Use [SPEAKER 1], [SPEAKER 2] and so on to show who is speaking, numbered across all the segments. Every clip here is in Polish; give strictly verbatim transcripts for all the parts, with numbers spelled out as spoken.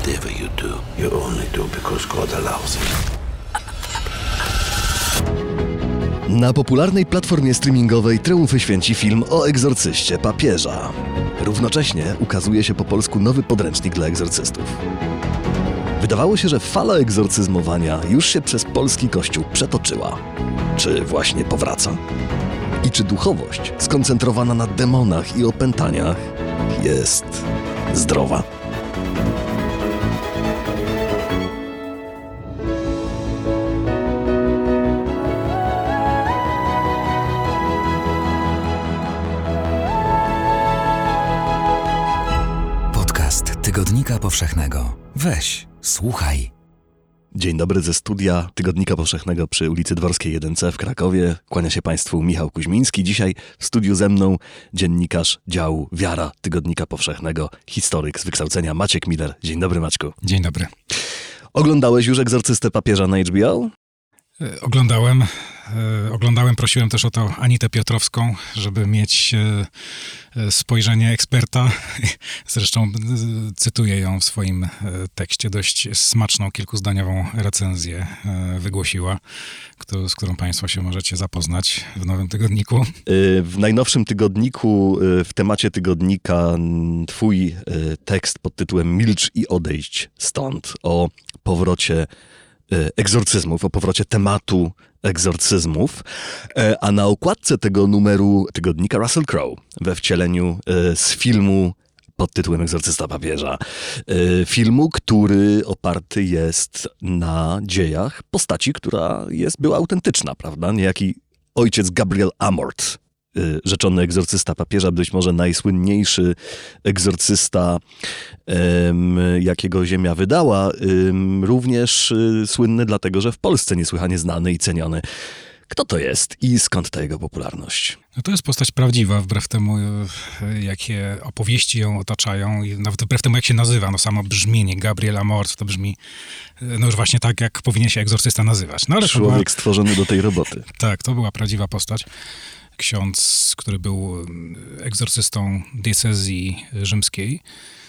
[SPEAKER 1] Whatever you do, you only do because God allows it.
[SPEAKER 2] Na popularnej platformie streamingowej triumfy święci film o egzorcyście papieża. Równocześnie ukazuje się po polsku nowy podręcznik dla egzorcystów. Wydawało się, że fala egzorcyzmowania już się przez polski kościół przetoczyła. Czy właśnie powraca? I czy duchowość skoncentrowana na demonach i opętaniach jest zdrowa?
[SPEAKER 3] Podcast Tygodnika Powszechnego. Weź, słuchaj.
[SPEAKER 2] Dzień dobry ze studia Tygodnika Powszechnego przy ulicy Dworskiej jeden C w Krakowie. Kłania się Państwu Michał Kuźmiński. Dzisiaj w studiu ze mną dziennikarz działu Wiara Tygodnika Powszechnego, historyk z wykształcenia Maciek Miller. Dzień dobry, Maćku.
[SPEAKER 4] Dzień dobry.
[SPEAKER 2] Oglądałeś już Egzorcystę papieża na H B O?
[SPEAKER 4] E, oglądałem. E, oglądałem, prosiłem też o to Anitę Piotrowską, żeby mieć e, spojrzenie eksperta. Zresztą e, cytuję ją w swoim e, tekście. Dość smaczną, kilkuzdaniową recenzję e, wygłosiła, kto, z którą Państwo się możecie zapoznać w nowym tygodniku.
[SPEAKER 2] W najnowszym tygodniku, w temacie tygodnika, twój tekst pod tytułem Milcz i odejdź stąd, o powrocie egzorcyzmów, o powrocie tematu egzorcyzmów, a na okładce tego numeru tygodnika Russell Crowe we wcieleniu z filmu pod tytułem Egzorcysta papieża. Filmu, który oparty jest na dziejach postaci, która jest, była autentyczna, prawda? Niejaki ojciec Gabriel Amort, rzeczony egzorcysta papieża, być może najsłynniejszy egzorcysta, um, jakiego ziemia wydała, um, również um, słynny dlatego, że w Polsce niesłychanie znany i ceniony. Kto to jest i skąd ta jego popularność?
[SPEAKER 4] No to jest postać prawdziwa, wbrew temu, jakie opowieści ją otaczają i nawet wbrew temu, jak się nazywa. No samo brzmienie Gabriel Amort to brzmi no już właśnie tak, jak powinien się egzorcysta nazywać. No, ale
[SPEAKER 2] Człowiek
[SPEAKER 4] była...
[SPEAKER 2] stworzony do tej roboty.
[SPEAKER 4] Tak, to była prawdziwa postać. Ksiądz, który był egzorcystą diecezji rzymskiej.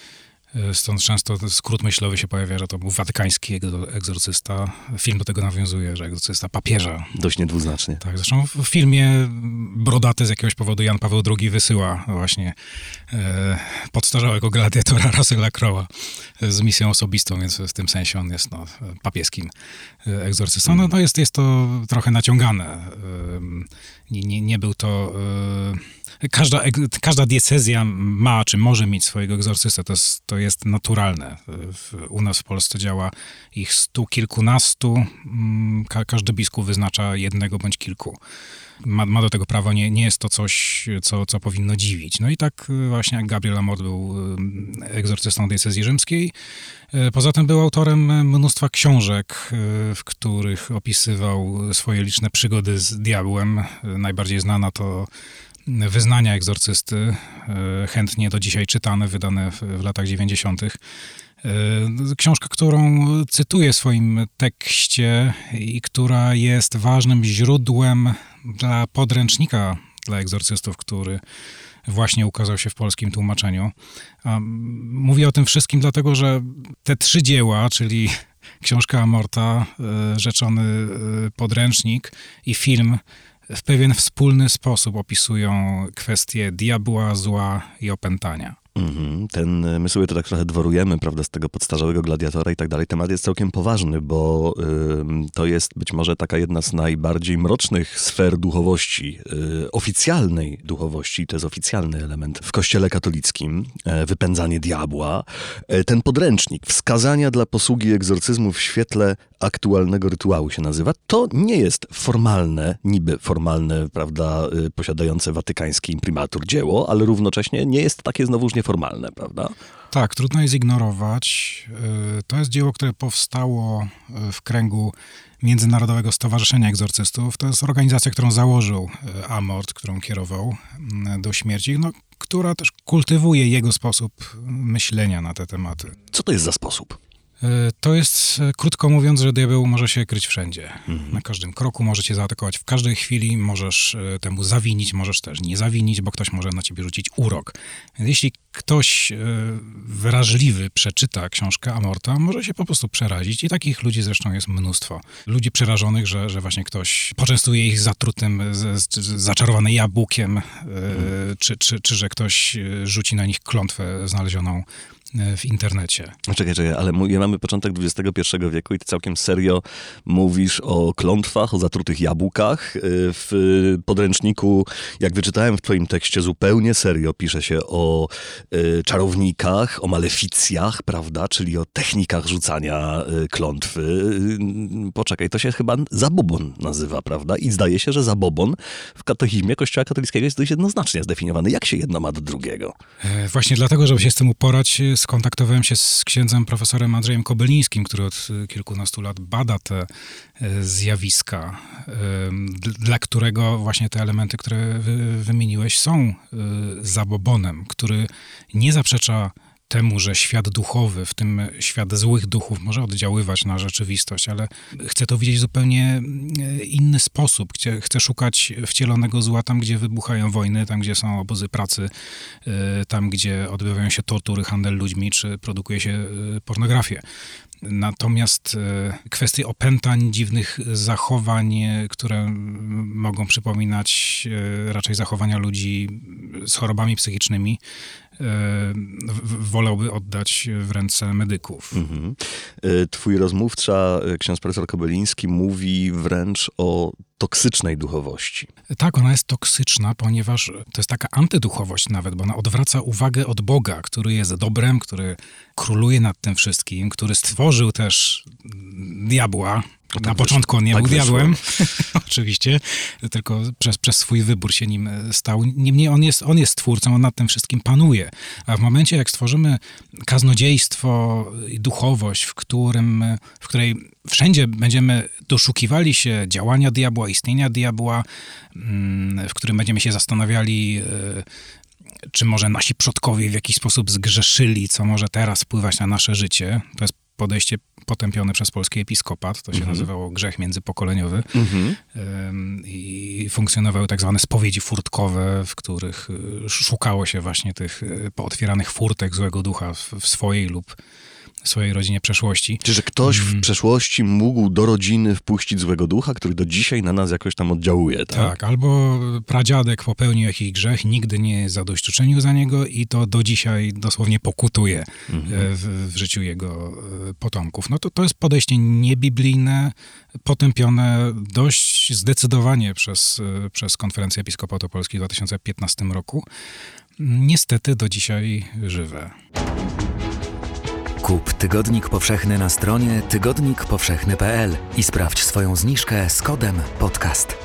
[SPEAKER 4] Stąd często skrót myślowy się pojawia, że to był watykański egzorcysta. Film do tego nawiązuje, że egzorcysta papieża.
[SPEAKER 2] Dość niedwuznacznie.
[SPEAKER 4] Tak, zresztą w filmie brodaty z jakiegoś powodu Jan Paweł drugi wysyła właśnie e, podstarzałego gladiatora Russella Crowe'a z misją osobistą, więc w tym sensie on jest no, papieskim egzorcystą. No, no jest, jest to trochę naciągane. E, nie, nie, nie był to... E, Każda, każda diecezja ma, czy może mieć swojego egzorcystę. To jest, to jest naturalne. U nas w Polsce działa ich stu kilkunastu. Ka- każdy biskup wyznacza jednego bądź kilku. Ma, ma do tego prawo, nie, nie jest to coś, co, co powinno dziwić. No i tak właśnie jak Gabriel Amort był egzorcystą diecezji rzymskiej. Poza tym był autorem mnóstwa książek, w których opisywał swoje liczne przygody z diabłem. Najbardziej znana to Wyznania egzorcysty, chętnie do dzisiaj czytane, wydane w, w latach dziewięćdziesiątych. Książka, którą cytuję w swoim tekście i która jest ważnym źródłem dla podręcznika dla egzorcystów, który właśnie ukazał się w polskim tłumaczeniu. Mówię o tym wszystkim dlatego, że te trzy dzieła, czyli książka Amorta, rzeczony podręcznik i film, w pewien wspólny sposób opisują kwestie diabła, zła i opętania.
[SPEAKER 2] Mm-hmm. Ten, my sobie to tak trochę dworujemy, prawda, z tego podstarzałego gladiatora i tak dalej. Temat jest całkiem poważny, bo y, to jest być może taka jedna z najbardziej mrocznych sfer duchowości, y, oficjalnej duchowości, to jest oficjalny element w Kościele katolickim, y, wypędzanie diabła. Y, ten podręcznik, wskazania dla posługi egzorcyzmu w świetle aktualnego rytuału się nazywa. To nie jest formalne, niby formalne, prawda, y, posiadające watykański imprimatur dzieło, ale równocześnie nie jest takie znowuż nieformalne, prawda?
[SPEAKER 4] Tak, trudno je zignorować. To jest dzieło, które powstało w kręgu Międzynarodowego Stowarzyszenia Egzorcystów. To jest organizacja, którą założył Amort, którą kierował do śmierci, no, która też kultywuje jego sposób myślenia na te tematy.
[SPEAKER 2] Co to jest za sposób?
[SPEAKER 4] To jest, krótko mówiąc, że diabeł może się kryć wszędzie. Mhm. Na każdym kroku może cię zaatakować w każdej chwili, możesz temu zawinić, możesz też nie zawinić, bo ktoś może na ciebie rzucić urok. Jeśli ktoś wrażliwy przeczyta książkę Amorta, może się po prostu przerazić i takich ludzi zresztą jest mnóstwo. Ludzi przerażonych, że, że właśnie ktoś poczęstuje ich zatrutym, z, z, zaczarowanym jabłkiem, mhm. czy, czy, czy że ktoś rzuci na nich klątwę znalezioną w internecie.
[SPEAKER 2] Czekaj, czekaj, ale mamy początek dwudziestego pierwszego wieku i ty całkiem serio mówisz o klątwach, o zatrutych jabłkach. W podręczniku, jak wyczytałem w twoim tekście, zupełnie serio pisze się o y, czarownikach, o maleficjach, prawda, czyli o technikach rzucania y, klątwy. Y, poczekaj, to się chyba zabobon nazywa, prawda? I zdaje się, że zabobon w katechizmie Kościoła katolickiego jest dość jednoznacznie zdefiniowany. Jak się jedno ma do drugiego?
[SPEAKER 4] E, właśnie dlatego, żeby się z tym uporać, skontaktowałem się z księdzem profesorem Andrzejem Kobelińskim, który od kilkunastu lat bada te zjawiska, dla którego właśnie te elementy, które wymieniłeś, są zabobonem, który nie zaprzecza temu, że świat duchowy, w tym świat złych duchów, może oddziaływać na rzeczywistość, ale chce to widzieć w zupełnie inny sposób. Chce, chce szukać wcielonego zła tam, gdzie wybuchają wojny, tam, gdzie są obozy pracy, tam, gdzie odbywają się tortury, handel ludźmi, czy produkuje się pornografię. Natomiast kwestie opętań, dziwnych zachowań, które mogą przypominać raczej zachowania ludzi z chorobami psychicznymi, wolałby oddać w ręce medyków.
[SPEAKER 2] Mhm. Twój rozmówca, ksiądz profesor Kobeliński, mówi wręcz o toksycznej duchowości.
[SPEAKER 4] Tak, ona jest toksyczna, ponieważ to jest taka antyduchowość nawet, bo ona odwraca uwagę od Boga, który jest dobrem, który króluje nad tym wszystkim, który stworzył też diabła. No na początku on nie tak był diabłem, oczywiście, tylko przez, przez swój wybór się nim stał. Niemniej on jest, on jest twórcą, on nad tym wszystkim panuje. A w momencie, jak stworzymy kaznodziejstwo i duchowość, w, którym, w której wszędzie będziemy doszukiwali się działania diabła, istnienia diabła, w którym będziemy się zastanawiali, czy może nasi przodkowie w jakiś sposób zgrzeszyli, co może teraz wpływać na nasze życie. To jest podejście potępione przez polski episkopat, to się mm-hmm. nazywało grzech międzypokoleniowy mm-hmm. i funkcjonowały tak zwane spowiedzi furtkowe, w których szukało się właśnie tych pootwieranych furtek złego ducha w, w swojej lub swojej rodzinie przeszłości.
[SPEAKER 2] Czy że ktoś w przeszłości mógł do rodziny wpuścić złego ducha, który do dzisiaj na nas jakoś tam oddziałuje, tak?
[SPEAKER 4] Tak, albo pradziadek popełnił jakiś grzech, nigdy nie zadośćuczynił za niego i to do dzisiaj dosłownie pokutuje mhm. w, w życiu jego potomków. No to, to jest podejście niebiblijne, potępione dość zdecydowanie przez, przez Konferencję Episkopatu Polski w dwa tysiące piętnastym roku. Niestety do dzisiaj żywe.
[SPEAKER 3] Kup Tygodnik Powszechny na stronie tygodnik powszechny kropka p l i sprawdź swoją zniżkę z kodem podcast.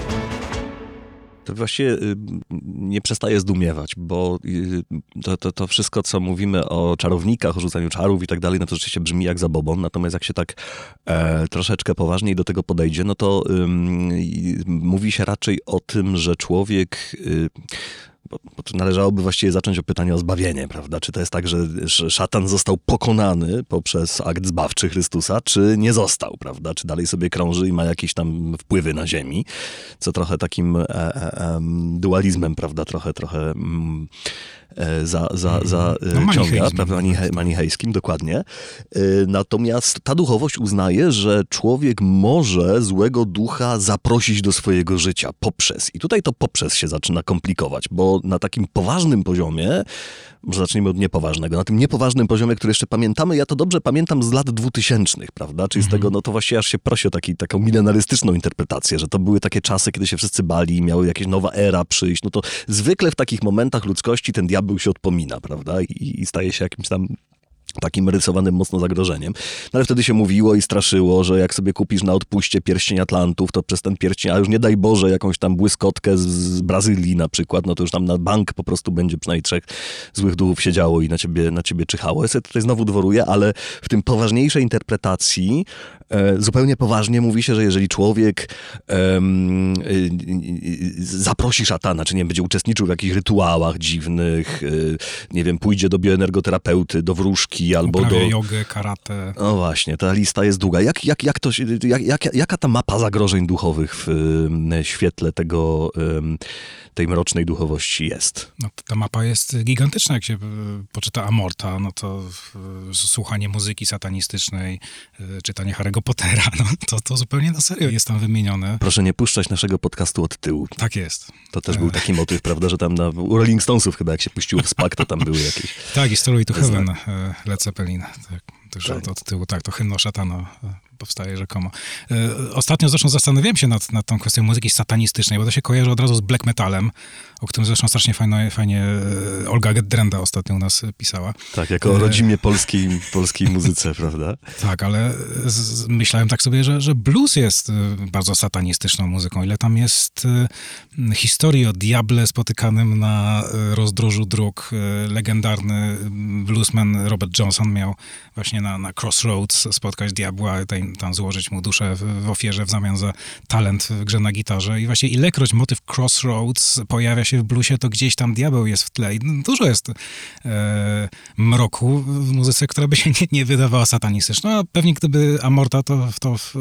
[SPEAKER 2] To właściwie nie przestaje zdumiewać, bo to, to, to wszystko, co mówimy o czarownikach, o rzucaniu czarów i tak dalej, no to rzeczywiście brzmi jak zabobon, natomiast jak się tak e, troszeczkę poważniej do tego podejdzie, no to ym, mówi się raczej o tym, że człowiek... Y, Bo, bo to należałoby właściwie zacząć o pytanie o zbawienie, prawda? Czy to jest tak, że szatan został pokonany poprzez akt zbawczy Chrystusa, czy nie został, prawda? Czy dalej sobie krąży i ma jakieś tam wpływy na ziemi, co trochę takim e, e, dualizmem, prawda? Trochę, trochę mm, e, za, za, za
[SPEAKER 4] no,
[SPEAKER 2] ciąga, prawda? Maniche, manichejskim, dokładnie. E, natomiast ta duchowość uznaje, że człowiek może złego ducha zaprosić do swojego życia poprzez. I tutaj to poprzez się zaczyna komplikować, bo na takim poważnym poziomie, może zacznijmy od niepoważnego, na tym niepoważnym poziomie, który jeszcze pamiętamy, ja to dobrze pamiętam z lat dwutysięcznych, prawda? Czyli mm-hmm. z tego, no to właściwie aż się prosi o taki, taką milenarystyczną interpretację, że to były takie czasy, kiedy się wszyscy bali, miały jakaś nowa era przyjść, no to zwykle w takich momentach ludzkości ten diabeł się odpomina, prawda? I, i staje się jakimś tam takim rysowanym mocno zagrożeniem. No ale wtedy się mówiło i straszyło, że jak sobie kupisz na odpuście pierścień Atlantów, to przez ten pierścień, a już nie daj Boże, jakąś tam błyskotkę z, z Brazylii na przykład, no to już tam na bank po prostu będzie przynajmniej trzech złych duchów siedziało i na ciebie, na ciebie czyhało. Ja sobie tutaj znowu dworuję, ale w tym poważniejszej interpretacji E, zupełnie poważnie mówi się, że jeżeli człowiek em, y, y, y, zaprosi szatana, czy nie będzie uczestniczył w jakichś rytuałach dziwnych, y, nie wiem, pójdzie do bioenergoterapeuty, do wróżki albo
[SPEAKER 4] Uprawia
[SPEAKER 2] do...
[SPEAKER 4] jogę, karate.
[SPEAKER 2] No właśnie, ta lista jest długa. Jak, jak, jak to, się- jak, jak, jaka ta mapa zagrożeń duchowych w y, świetle tego, y, tej mrocznej duchowości jest?
[SPEAKER 4] No, ta mapa jest gigantyczna, jak się y, poczyta Amorta, no to y, słuchanie muzyki satanistycznej, y, czytanie Harry'ego Pottera, no to, to zupełnie na serio jest tam wymienione.
[SPEAKER 2] Proszę nie puszczać naszego podcastu od tyłu.
[SPEAKER 4] Tak jest.
[SPEAKER 2] To też był taki motyw, prawda, że tam na, u Rolling Stonesów chyba jak się puściło w spak, to tam były jakieś...
[SPEAKER 4] Tak, i Stairway to
[SPEAKER 2] Znak.
[SPEAKER 4] Heaven, y, Led Zeppelin. Tak, też
[SPEAKER 2] Tak.
[SPEAKER 4] od, od tyłu, tak, to hymno szatana y, powstaje rzekomo. Y, Ostatnio zresztą zastanawiałem się nad, nad tą kwestią muzyki satanistycznej, bo to się kojarzy od razu z black metalem, o którym zresztą strasznie fajnie, fajnie y, Olga Gedrenda ostatnio u nas y, pisała.
[SPEAKER 2] Tak, jako o rodzimie polskiej, polskiej muzyce, prawda?
[SPEAKER 4] Tak, ale z, z, myślałem tak sobie, że, że blues jest y, bardzo satanistyczną muzyką. Ile tam jest y, historii o diable spotykanym na y, rozdrożu dróg. Y, legendarny bluesman Robert Johnson miał właśnie na, na Crossroads spotkać diabła, tam, tam złożyć mu duszę w, w ofierze w zamian za talent w grze na gitarze. I właśnie ilekroć motyw Crossroads pojawia się w bluesie, to gdzieś tam diabeł jest w tle. I dużo jest e, mroku w muzyce, która by się nie, nie wydawała satanistyczna. A pewnie gdyby Amorta to, to w,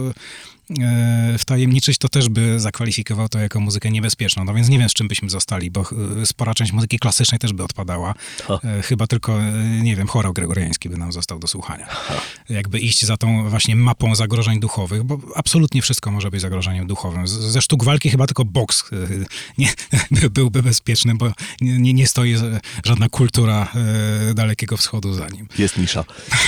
[SPEAKER 4] e, wtajemniczyć, to też by zakwalifikował to jako muzykę niebezpieczną. No więc nie wiem, z czym byśmy zostali, bo e, spora część muzyki klasycznej też by odpadała. E, chyba tylko, e, nie wiem, chorał gregoriański by nam został do słuchania. Jakby iść za tą właśnie mapą zagrożeń duchowych, bo absolutnie wszystko może być zagrożeniem duchowym. Z, ze sztuk walki chyba tylko boks e, nie, byłby bezpieczny, bo nie, nie stoi żadna kultura e, Dalekiego Wschodu za nim.
[SPEAKER 2] Jest nisza.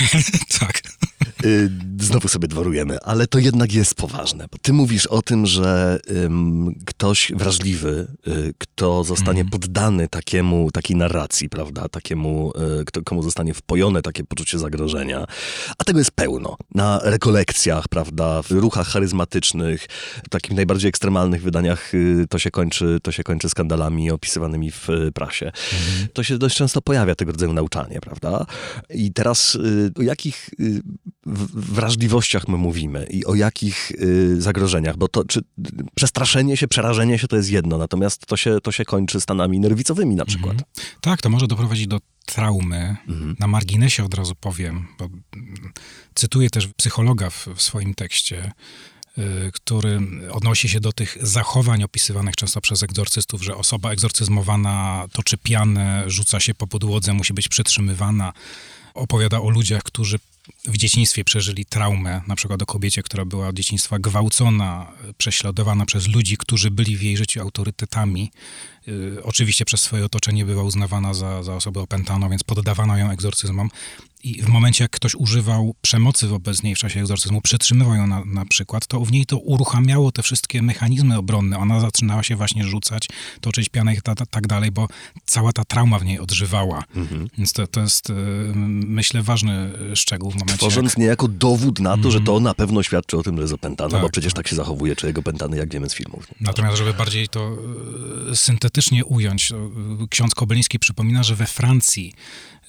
[SPEAKER 4] Tak.
[SPEAKER 2] Y, Znowu sobie dworujemy, ale to jednak jest poważne, bo ty mówisz o tym, że ym, ktoś wrażliwy, y, kto zostanie
[SPEAKER 4] Mhm.
[SPEAKER 2] poddany takiemu, takiej narracji, prawda, takiemu, y, kto, komu zostanie wpojone takie poczucie zagrożenia, a tego jest pełno. Na rekolekcjach, prawda, w ruchach charyzmatycznych, w takich najbardziej ekstremalnych wydaniach y, to się kończy, to się kończy skandalami opisywanymi w y, prasie.
[SPEAKER 4] Mhm.
[SPEAKER 2] To się dość często pojawia tego rodzaju nauczanie, prawda? I teraz y, o jakich y, w- wrażliwościach my mówimy i o jakich y, zagrożeniach, bo to czy przestraszenie się, przerażenie się to jest jedno, natomiast to się, to się kończy stanami nerwicowymi na przykład.
[SPEAKER 4] Mhm. Tak, to może doprowadzić do traumy.
[SPEAKER 2] Mhm.
[SPEAKER 4] Na marginesie od razu powiem, bo mm, cytuję też psychologa w, w swoim tekście, y, który odnosi się do tych zachowań opisywanych często przez egzorcystów, że osoba egzorcyzmowana toczy pianę, rzuca się po podłodze, musi być przytrzymywana. Opowiada o ludziach, którzy w dzieciństwie przeżyli traumę, na przykład o kobiecie, która była od dzieciństwa gwałcona, prześladowana przez ludzi, którzy byli w jej życiu autorytetami. Yy, oczywiście przez swoje otoczenie była uznawana za, za osobę opętaną, więc poddawano ją egzorcyzmom. I w momencie, jak ktoś używał przemocy wobec niej w czasie egzorcyzmu, przytrzymywał ją na, na przykład, to w niej to uruchamiało te wszystkie mechanizmy obronne. Ona zaczynała się właśnie rzucać, toczyć pianę i ta, ta, tak dalej, bo cała ta trauma w niej odżywała.
[SPEAKER 2] Mhm.
[SPEAKER 4] Więc to, to jest, yy, myślę, ważny szczegół w momencie,
[SPEAKER 2] Tworząc
[SPEAKER 4] jak...
[SPEAKER 2] niejako dowód na to, że to na pewno świadczy o tym, że jest opętana,
[SPEAKER 4] Tak,
[SPEAKER 2] bo przecież
[SPEAKER 4] tak.
[SPEAKER 2] tak się zachowuje człowiek opętany, jak wiemy z filmów.
[SPEAKER 4] Natomiast, żeby bardziej to y, syntetycznie ująć, to, y, ksiądz Kobyliński przypomina, że we Francji y,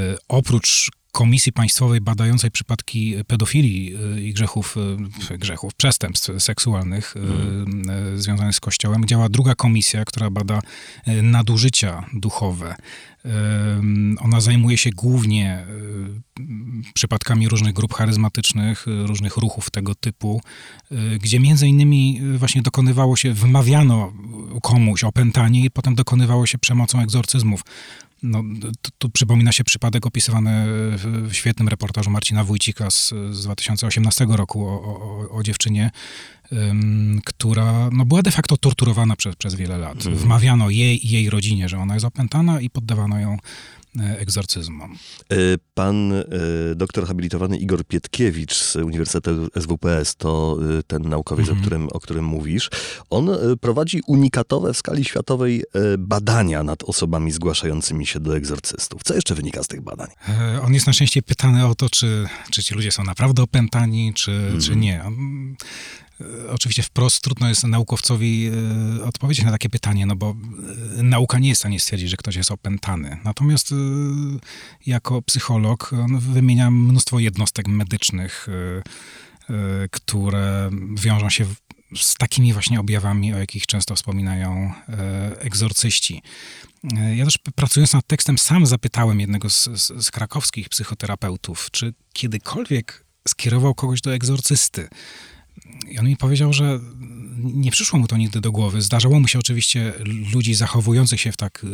[SPEAKER 4] oprócz Komisji Państwowej badającej przypadki pedofilii y, i grzechów, y, grzechów, przestępstw seksualnych y, y, związanych z Kościołem, działa druga komisja, która bada y, nadużycia duchowe. Y, Ona zajmuje się głównie y, przypadkami różnych grup charyzmatycznych, y, różnych ruchów tego typu, y, gdzie między innymi y, właśnie dokonywało się, wmawiano komuś opętanie i potem dokonywało się przemocą egzorcyzmów. No, tu, tu przypomina się przypadek opisywany w, w świetnym reportażu Marcina Wójcika z, z dwa tysiące osiemnastego roku o, o, o dziewczynie, ym, która no, była de facto torturowana przez, przez wiele lat.
[SPEAKER 2] Mhm.
[SPEAKER 4] Wmawiano jej i jej rodzinie, że ona jest opętana i poddawano ją e, egzorcyzmom.
[SPEAKER 2] Y, Pan y, doktor habilitowany Igor Pietkiewicz z Uniwersytetu S W P S, to y, ten naukowiec,
[SPEAKER 4] Mhm.
[SPEAKER 2] o, którym, o którym mówisz, on y, prowadzi unikatowe w skali światowej y, badania nad osobami zgłaszającymi się do egzorcystów. Co jeszcze wynika z tych badań?
[SPEAKER 4] E, On jest najczęściej pytany o to, czy, czy ci ludzie są naprawdę opętani, czy,
[SPEAKER 2] Mhm.
[SPEAKER 4] czy nie. On, e, oczywiście wprost trudno jest naukowcowi e, odpowiedzieć na takie pytanie, no bo e, nauka nie jest w stanie stwierdzić, że ktoś jest opętany. Natomiast e, jako psycholog on wymienia mnóstwo jednostek medycznych, e, które wiążą się z takimi właśnie objawami, o jakich często wspominają egzorcyści. Ja też pracując nad tekstem sam zapytałem jednego z, z, z krakowskich psychoterapeutów, czy kiedykolwiek skierował kogoś do egzorcysty. I on mi powiedział, że nie przyszło mu to nigdy do głowy. Zdarzało mu się oczywiście ludzi zachowujących się w tak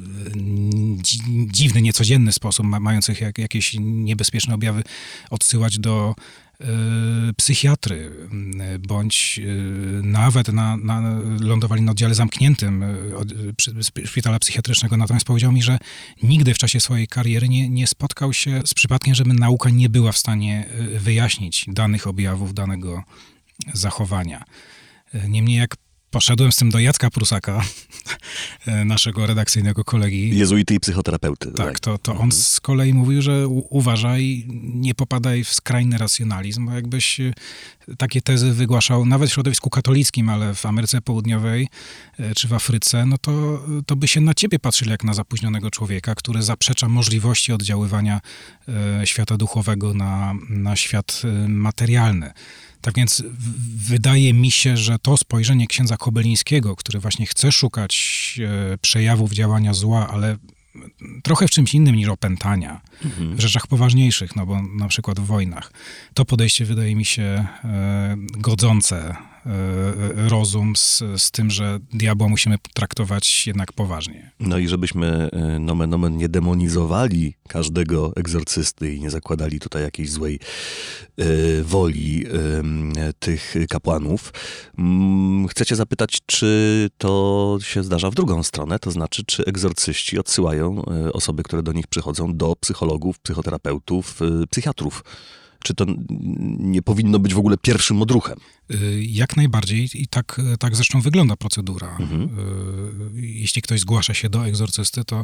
[SPEAKER 4] dziwny, niecodzienny sposób, mających jak, jakieś niebezpieczne objawy, odsyłać do psychiatry, bądź nawet na, na, lądowali na oddziale zamkniętym szpitala psychiatrycznego. Natomiast powiedział mi, że nigdy w czasie swojej kariery nie, nie spotkał się z przypadkiem, żeby nauka nie była w stanie wyjaśnić danych objawów, danego zachowania. Niemniej jak poszedłem z tym do Jacka Prusaka, naszego redakcyjnego kolegi.
[SPEAKER 2] Jezuity i psychoterapeuty.
[SPEAKER 4] Tak, to, to on z kolei mówił, że u, uważaj, nie popadaj w skrajny racjonalizm, bo jakbyś takie tezy wygłaszał nawet w środowisku katolickim, ale w Ameryce Południowej czy w Afryce, no to, to by się na ciebie patrzyli jak na zapóźnionego człowieka, który zaprzecza możliwości oddziaływania e, świata duchowego na, na świat e, materialny. Tak więc wydaje mi się, że to spojrzenie księdza Kobylińskiego, który właśnie chce szukać e, przejawów działania zła, ale trochę w czymś innym niż opętania, mhm. w rzeczach poważniejszych, no bo na przykład w wojnach. To podejście wydaje mi się e, godzące e, rozum z, z tym, że diabła musimy traktować jednak poważnie.
[SPEAKER 2] No i żebyśmy nomen omen nie demonizowali każdego egzorcysty i nie zakładali tutaj jakiejś złej e, woli e, tych kapłanów. Mm, chcę cię zapytać, czy to się zdarza w drugą stronę, to znaczy, czy egzorcyści odsyłają osoby, które do nich przychodzą, do psychologów, psychoterapeutów, psychiatrów. Czy to nie powinno być w ogóle pierwszym odruchem?
[SPEAKER 4] Jak najbardziej i tak, tak zresztą wygląda procedura. Mhm. Jeśli ktoś zgłasza się do egzorcysty, to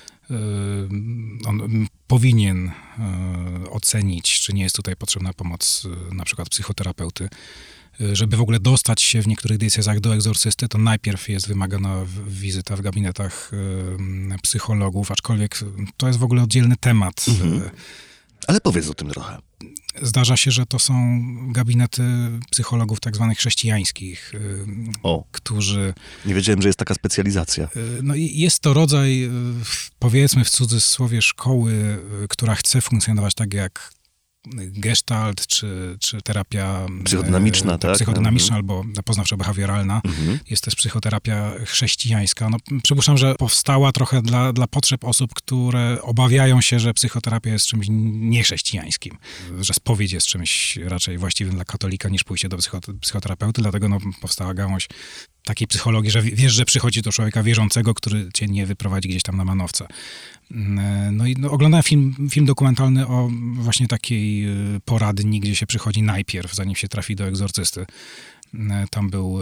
[SPEAKER 4] on powinien ocenić, czy nie jest tutaj potrzebna pomoc na przykład psychoterapeuty. Żeby w ogóle dostać się w niektórych diecezjach do egzorcysty, to najpierw jest wymagana wizyta w gabinetach psychologów, aczkolwiek to jest w ogóle oddzielny temat. Mhm.
[SPEAKER 2] Ale powiedz o tym trochę.
[SPEAKER 4] Zdarza się, że to są gabinety psychologów tak zwanych chrześcijańskich,
[SPEAKER 2] o,
[SPEAKER 4] którzy...
[SPEAKER 2] Nie wiedziałem, że jest taka specjalizacja.
[SPEAKER 4] No i jest to rodzaj, powiedzmy w cudzysłowie, szkoły, która chce funkcjonować tak jak gestalt, czy, czy terapia
[SPEAKER 2] psychodynamiczna,
[SPEAKER 4] e,
[SPEAKER 2] tak?
[SPEAKER 4] psychodynamiczna
[SPEAKER 2] mhm.
[SPEAKER 4] albo poznawczo-behawioralna.
[SPEAKER 2] Mhm.
[SPEAKER 4] Jest też psychoterapia chrześcijańska. No, przypuszczam, że powstała trochę dla, dla potrzeb osób, które obawiają się, że psychoterapia jest czymś niechrześcijańskim, że spowiedź jest czymś raczej właściwym dla katolika niż pójście do psychoterapeuty, dlatego no, powstała gałąź takiej psychologii, że wiesz, że przychodzi do człowieka wierzącego, który cię nie wyprowadzi gdzieś tam na manowce. No i no, oglądałem film, film dokumentalny o właśnie takiej poradni, gdzie się przychodzi najpierw, zanim się trafi do egzorcysty. Tam był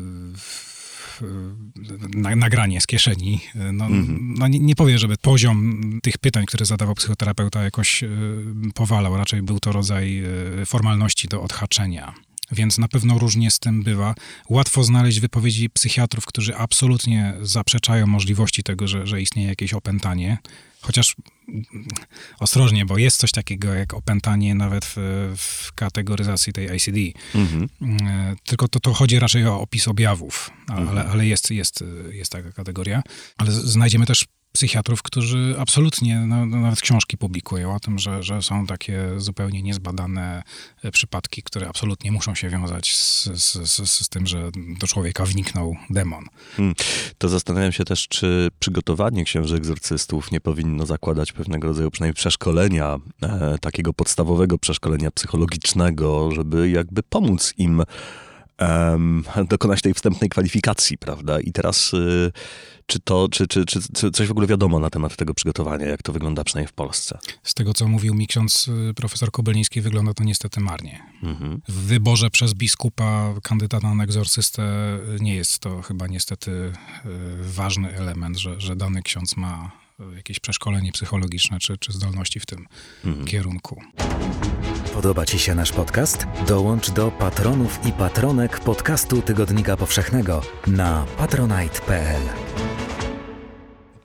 [SPEAKER 4] na, nagranie z kieszeni. No, mm-hmm. no nie, nie powiem, żeby poziom tych pytań, które zadawał psychoterapeuta, jakoś powalał. Raczej był to rodzaj formalności do odhaczenia. Więc na pewno różnie z tym bywa. Łatwo znaleźć wypowiedzi psychiatrów, którzy absolutnie zaprzeczają możliwości tego, że, że istnieje jakieś opętanie. Chociaż ostrożnie, bo jest coś takiego jak opętanie nawet w, w kategoryzacji tej I C D. Mm-hmm. Tylko to, to chodzi raczej o opis objawów, ale, mm-hmm. ale jest, jest, jest taka kategoria. Ale znajdziemy też psychiatrów, którzy absolutnie, no, nawet książki publikują o tym, że, że są takie zupełnie niezbadane przypadki, które absolutnie muszą się wiązać z, z, z, z tym, że do człowieka wniknął demon. Hmm.
[SPEAKER 2] To zastanawiam się też, czy przygotowanie księży egzorcystów nie powinno zakładać pewnego rodzaju przynajmniej przeszkolenia, e, takiego podstawowego przeszkolenia psychologicznego, żeby jakby pomóc im Um, dokonać tej wstępnej kwalifikacji, prawda? I teraz y, czy to, czy, czy, czy, czy coś w ogóle wiadomo na temat tego przygotowania, jak to wygląda przynajmniej w Polsce?
[SPEAKER 4] Z tego, co mówił mi ksiądz profesor Kobyliński, wygląda to niestety marnie. Mm-hmm. W wyborze przez biskupa kandydata na egzorcystę nie jest to chyba niestety y, ważny element, że, że dany ksiądz ma jakieś przeszkolenie psychologiczne, czy, czy zdolności w tym mhm. kierunku.
[SPEAKER 3] Podoba Ci się nasz podcast? Dołącz do patronów i patronek podcastu Tygodnika Powszechnego na patronite kropka p l.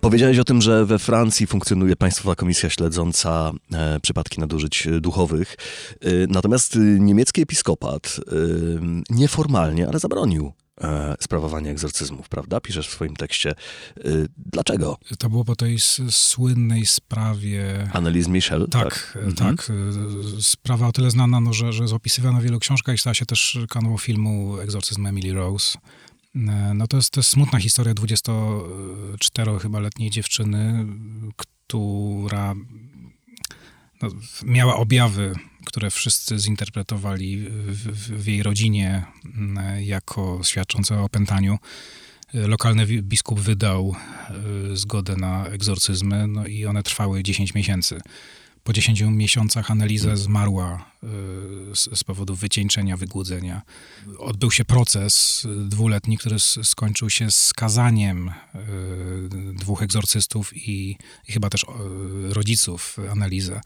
[SPEAKER 2] Powiedziałeś o tym, że we Francji funkcjonuje Państwowa Komisja Śledząca e, przypadki nadużyć duchowych. E, natomiast niemiecki episkopat e, nieformalnie, ale zabronił e, sprawowania egzorcyzmów, prawda? Piszesz w swoim tekście. E, dlaczego?
[SPEAKER 4] To było po tej s- słynnej sprawie...
[SPEAKER 2] Anneliese Michel?
[SPEAKER 4] Tak, tak. Mhm. tak. Sprawa o tyle znana, no, że, że jest opisywana w wielu książkach i stała się też kanału filmu Egzorcyzm Emily Rose. No to jest, to jest smutna historia dwudziestocztero chyba letniej dziewczyny, która no, miała objawy, które wszyscy zinterpretowali w, w, w jej rodzinie jako świadczące o opętaniu. Lokalny biskup wydał zgodę na egzorcyzmy, no i one trwały dziesięć miesięcy. Po dziesięciu miesiącach Anneliese zmarła z, z powodu wycieńczenia, wygłudzenia. Odbył się proces dwuletni, który skończył się skazaniem dwóch egzorcystów i, i chyba też rodziców Anneliese.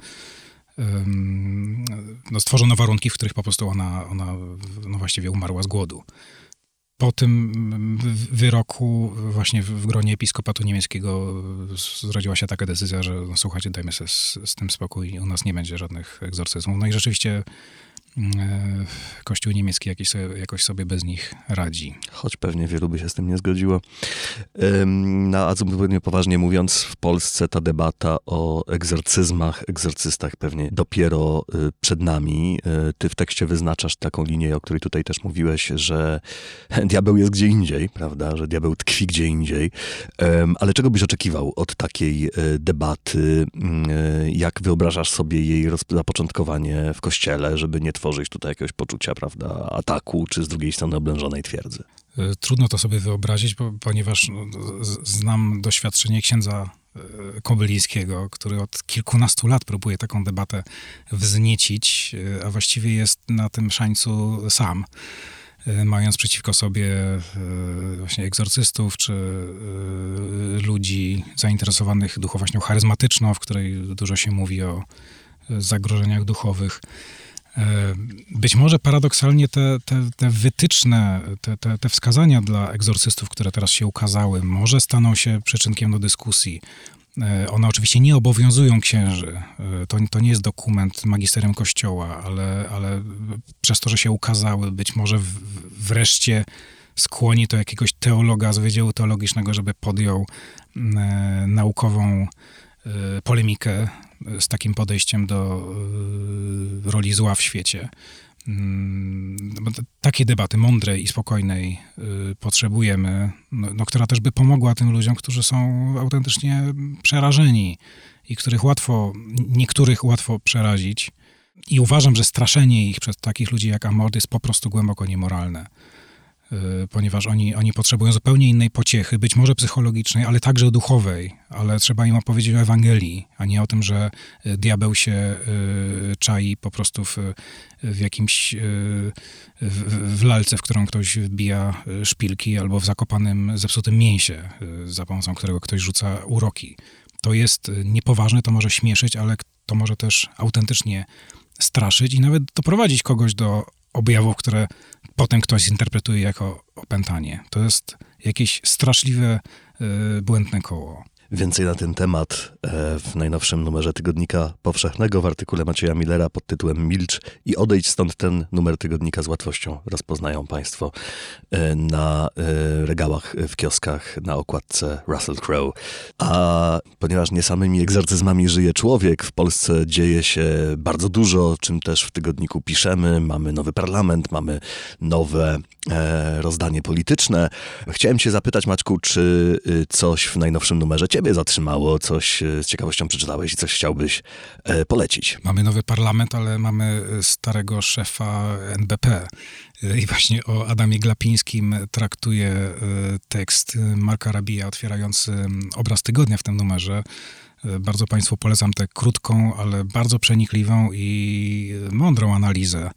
[SPEAKER 4] No, stworzono warunki, w których po prostu ona, ona no właściwie umarła z głodu. Po tym wyroku właśnie w gronie episkopatu niemieckiego zrodziła się taka decyzja, że no, słuchajcie, dajmy sobie z, z tym spokój, u nas nie będzie żadnych egzorcyzmów. No i rzeczywiście e, Kościół niemiecki jakiś sobie, jakoś sobie bez nich radzi.
[SPEAKER 2] Choć pewnie wielu by się z tym nie zgodziło. No a zupełnie poważnie mówiąc, w Polsce ta debata o egzorcyzmach, egzorcystach pewnie dopiero przed nami. Ty w tekście wyznaczasz taką linię, o której tutaj też mówiłeś, że diabeł jest gdzie indziej, prawda, że diabeł tkwi gdzie indziej. Ale czego byś oczekiwał od takiej debaty? Jak wyobrażasz sobie jej zapoczątkowanie w Kościele, żeby nie tworzyć tutaj jakiegoś poczucia, prawda, ataku, czy z drugiej strony oblężonej twierdzy?
[SPEAKER 4] Trudno to sobie wyobrazić, bo, ponieważ no, z, znam doświadczenie księdza Kobylińskiego, który od kilkunastu lat próbuje taką debatę wzniecić, a właściwie jest na tym szańcu sam, mając przeciwko sobie właśnie egzorcystów, czy ludzi zainteresowanych duchowością charyzmatyczną, w której dużo się mówi o zagrożeniach duchowych. Być może paradoksalnie te, te, te wytyczne, te, te, te wskazania dla egzorcystów, które teraz się ukazały, może staną się przyczynkiem do dyskusji. One oczywiście nie obowiązują księży. To, to nie jest dokument magisterium Kościoła, ale, ale przez to, że się ukazały, być może w, wreszcie skłoni to jakiegoś teologa z Wydziału Teologicznego, żeby podjął e, naukową e, polemikę z takim podejściem do y, roli zła w świecie. Y, takiej debaty mądrej i spokojnej y, potrzebujemy, no, no, która też by pomogła tym ludziom, którzy są autentycznie przerażeni i których łatwo, niektórych łatwo przerazić. I uważam, że straszenie ich przez takich ludzi jak Amord jest po prostu głęboko niemoralne. Ponieważ oni, oni potrzebują zupełnie innej pociechy, być może psychologicznej, ale także duchowej, ale trzeba im opowiedzieć o Ewangelii, a nie o tym, że diabeł się y, czai po prostu w, w jakimś y, w, w lalce, w którą ktoś wbija szpilki, albo w zakopanym, zepsutym mięsie, y, za pomocą którego ktoś rzuca uroki. To jest niepoważne, to może śmieszyć, ale to może też autentycznie straszyć i nawet doprowadzić kogoś do objawów, które potem ktoś zinterpretuje jako opętanie. To jest jakieś straszliwe, yy, błędne koło.
[SPEAKER 2] Więcej na ten temat w najnowszym numerze Tygodnika Powszechnego w artykule Macieja Millera pod tytułem Milcz i odejdź stąd. Ten numer tygodnika z łatwością rozpoznają Państwo na regałach w kioskach na okładce Russell Crowe. A ponieważ nie samymi egzorcyzmami żyje człowiek, w Polsce dzieje się bardzo dużo, o czym też w tygodniku piszemy. Mamy nowy parlament, mamy nowe rozdanie polityczne. Chciałem cię zapytać, Maćku, czy coś w najnowszym numerze ciebie zatrzymało, coś z ciekawością przeczytałeś i coś chciałbyś e, polecić?
[SPEAKER 4] Mamy nowy parlament, ale mamy starego szefa N B P. I właśnie o Adamie Glapińskim traktuje tekst Marka Rabija otwierający obraz tygodnia w tym numerze. Bardzo Państwu polecam tę krótką, ale bardzo przenikliwą i mądrą analizę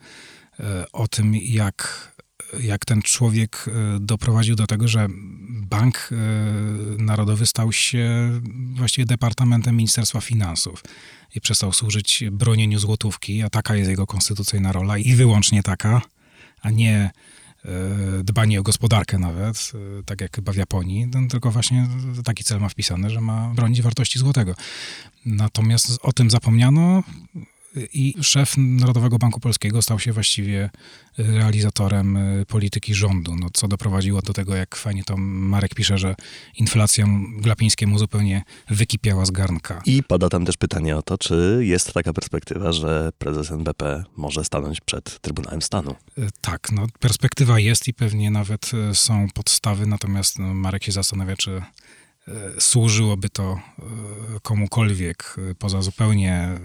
[SPEAKER 4] o tym, jak jak ten człowiek doprowadził do tego, że Bank Narodowy stał się właściwie departamentem Ministerstwa Finansów i przestał służyć bronieniu złotówki, a taka jest jego konstytucyjna rola i wyłącznie taka, a nie dbanie o gospodarkę nawet, tak jak chyba w Japonii, tylko właśnie taki cel ma wpisany, że ma bronić wartości złotego. Natomiast o tym zapomniano i szef Narodowego Banku Polskiego stał się właściwie realizatorem polityki rządu, no, co doprowadziło do tego, jak fajnie to Marek pisze, że inflacja Glapińskiemu zupełnie wykipiała z garnka.
[SPEAKER 2] I pada tam też pytanie o to, czy jest taka perspektywa, że prezes N B P może stanąć przed Trybunałem Stanu.
[SPEAKER 4] Tak, no perspektywa jest i pewnie nawet są podstawy, natomiast no, Marek się zastanawia, czy służyłoby to komukolwiek poza zupełnie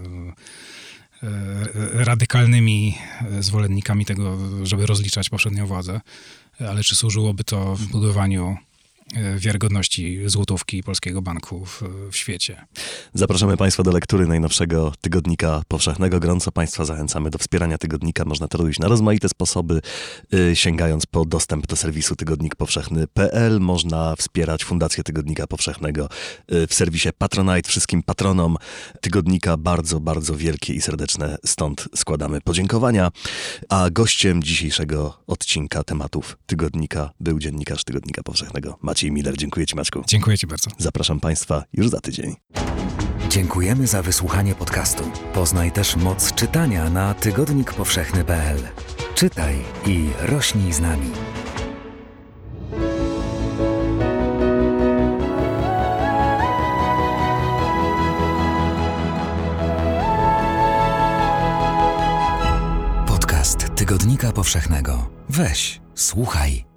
[SPEAKER 4] radykalnymi zwolennikami tego, żeby rozliczać poprzednią władzę, ale czy służyłoby to w budowaniu wiarygodności złotówki i polskiego banku w, w świecie.
[SPEAKER 2] Zapraszamy Państwa do lektury najnowszego Tygodnika Powszechnego. Gorąco Państwa zachęcamy do wspierania Tygodnika. Można to robić na rozmaite sposoby, yy, sięgając po dostęp do serwisu tygodnik powszechny kropka p l. Można wspierać Fundację Tygodnika Powszechnego yy, w serwisie Patronite. Wszystkim patronom Tygodnika bardzo, bardzo wielkie i serdeczne stąd składamy podziękowania. A gościem dzisiejszego odcinka tematów Tygodnika był dziennikarz Tygodnika Powszechnego Maciej Miller. Dziękuję Ci, Maćku.
[SPEAKER 4] Dziękuję Ci bardzo.
[SPEAKER 2] Zapraszam Państwa już za tydzień.
[SPEAKER 3] Dziękujemy za wysłuchanie podcastu. Poznaj też moc czytania na tygodnik powszechny kropka p l. Czytaj i rośnij z nami. Podcast Tygodnika Powszechnego. Weź, słuchaj.